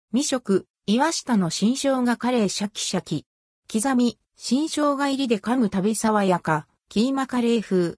未食、岩下の新生姜カレーシャキシャキ。刻み、新生姜入りで噛むたび爽やか、キーマカレー風。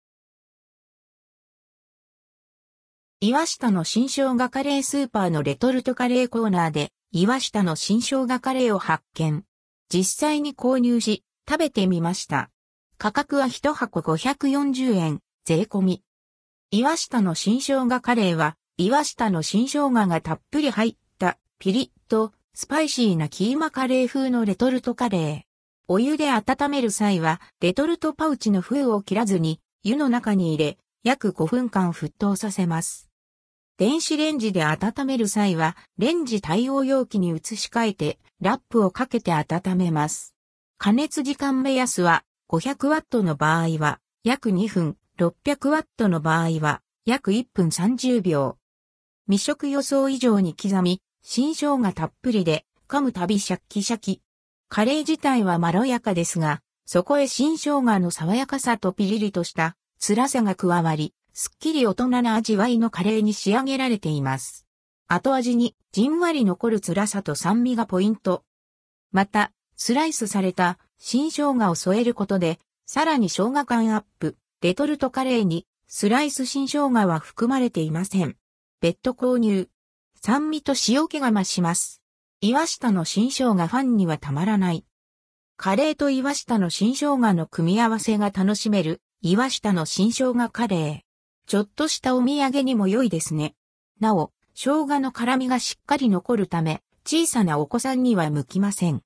岩下の新生姜カレースーパーのレトルトカレーコーナーで、岩下の新生姜カレーを発見。実際に購入し、食べてみました。価格は1箱540円、税込み。岩下の新生姜カレーは、岩下の新生姜がたっぷり入った、ピリッと、スパイシーなキーマカレー風のレトルトカレー。お湯で温める際は、レトルトパウチの封を切らずに、湯の中に入れ、約5分間沸騰させます。電子レンジで温める際は、レンジ対応容器に移し替えて、ラップをかけて温めます。加熱時間目安は、500ワットの場合は、約2分、600ワットの場合は、約1分30秒。未食予想以上に刻み、新生姜たっぷりで、噛むたびシャッキシャキ。カレー自体はまろやかですが、そこへ新生姜の爽やかさとピリリとした辛さが加わり、すっきり大人な味わいのカレーに仕上げられています。後味にじんわり残る辛さと酸味がポイント。また、スライスされた新生姜を添えることで、さらに生姜感アップ。レトルトカレーにスライス新生姜は含まれていません。別途購入。酸味と塩気が増します。岩下の新生姜ファンにはたまらない。カレーと岩下の新生姜の組み合わせが楽しめる岩下の新生姜カレー。ちょっとしたお土産にも良いですね。なお、生姜の辛みがしっかり残るため、小さなお子さんには向きません。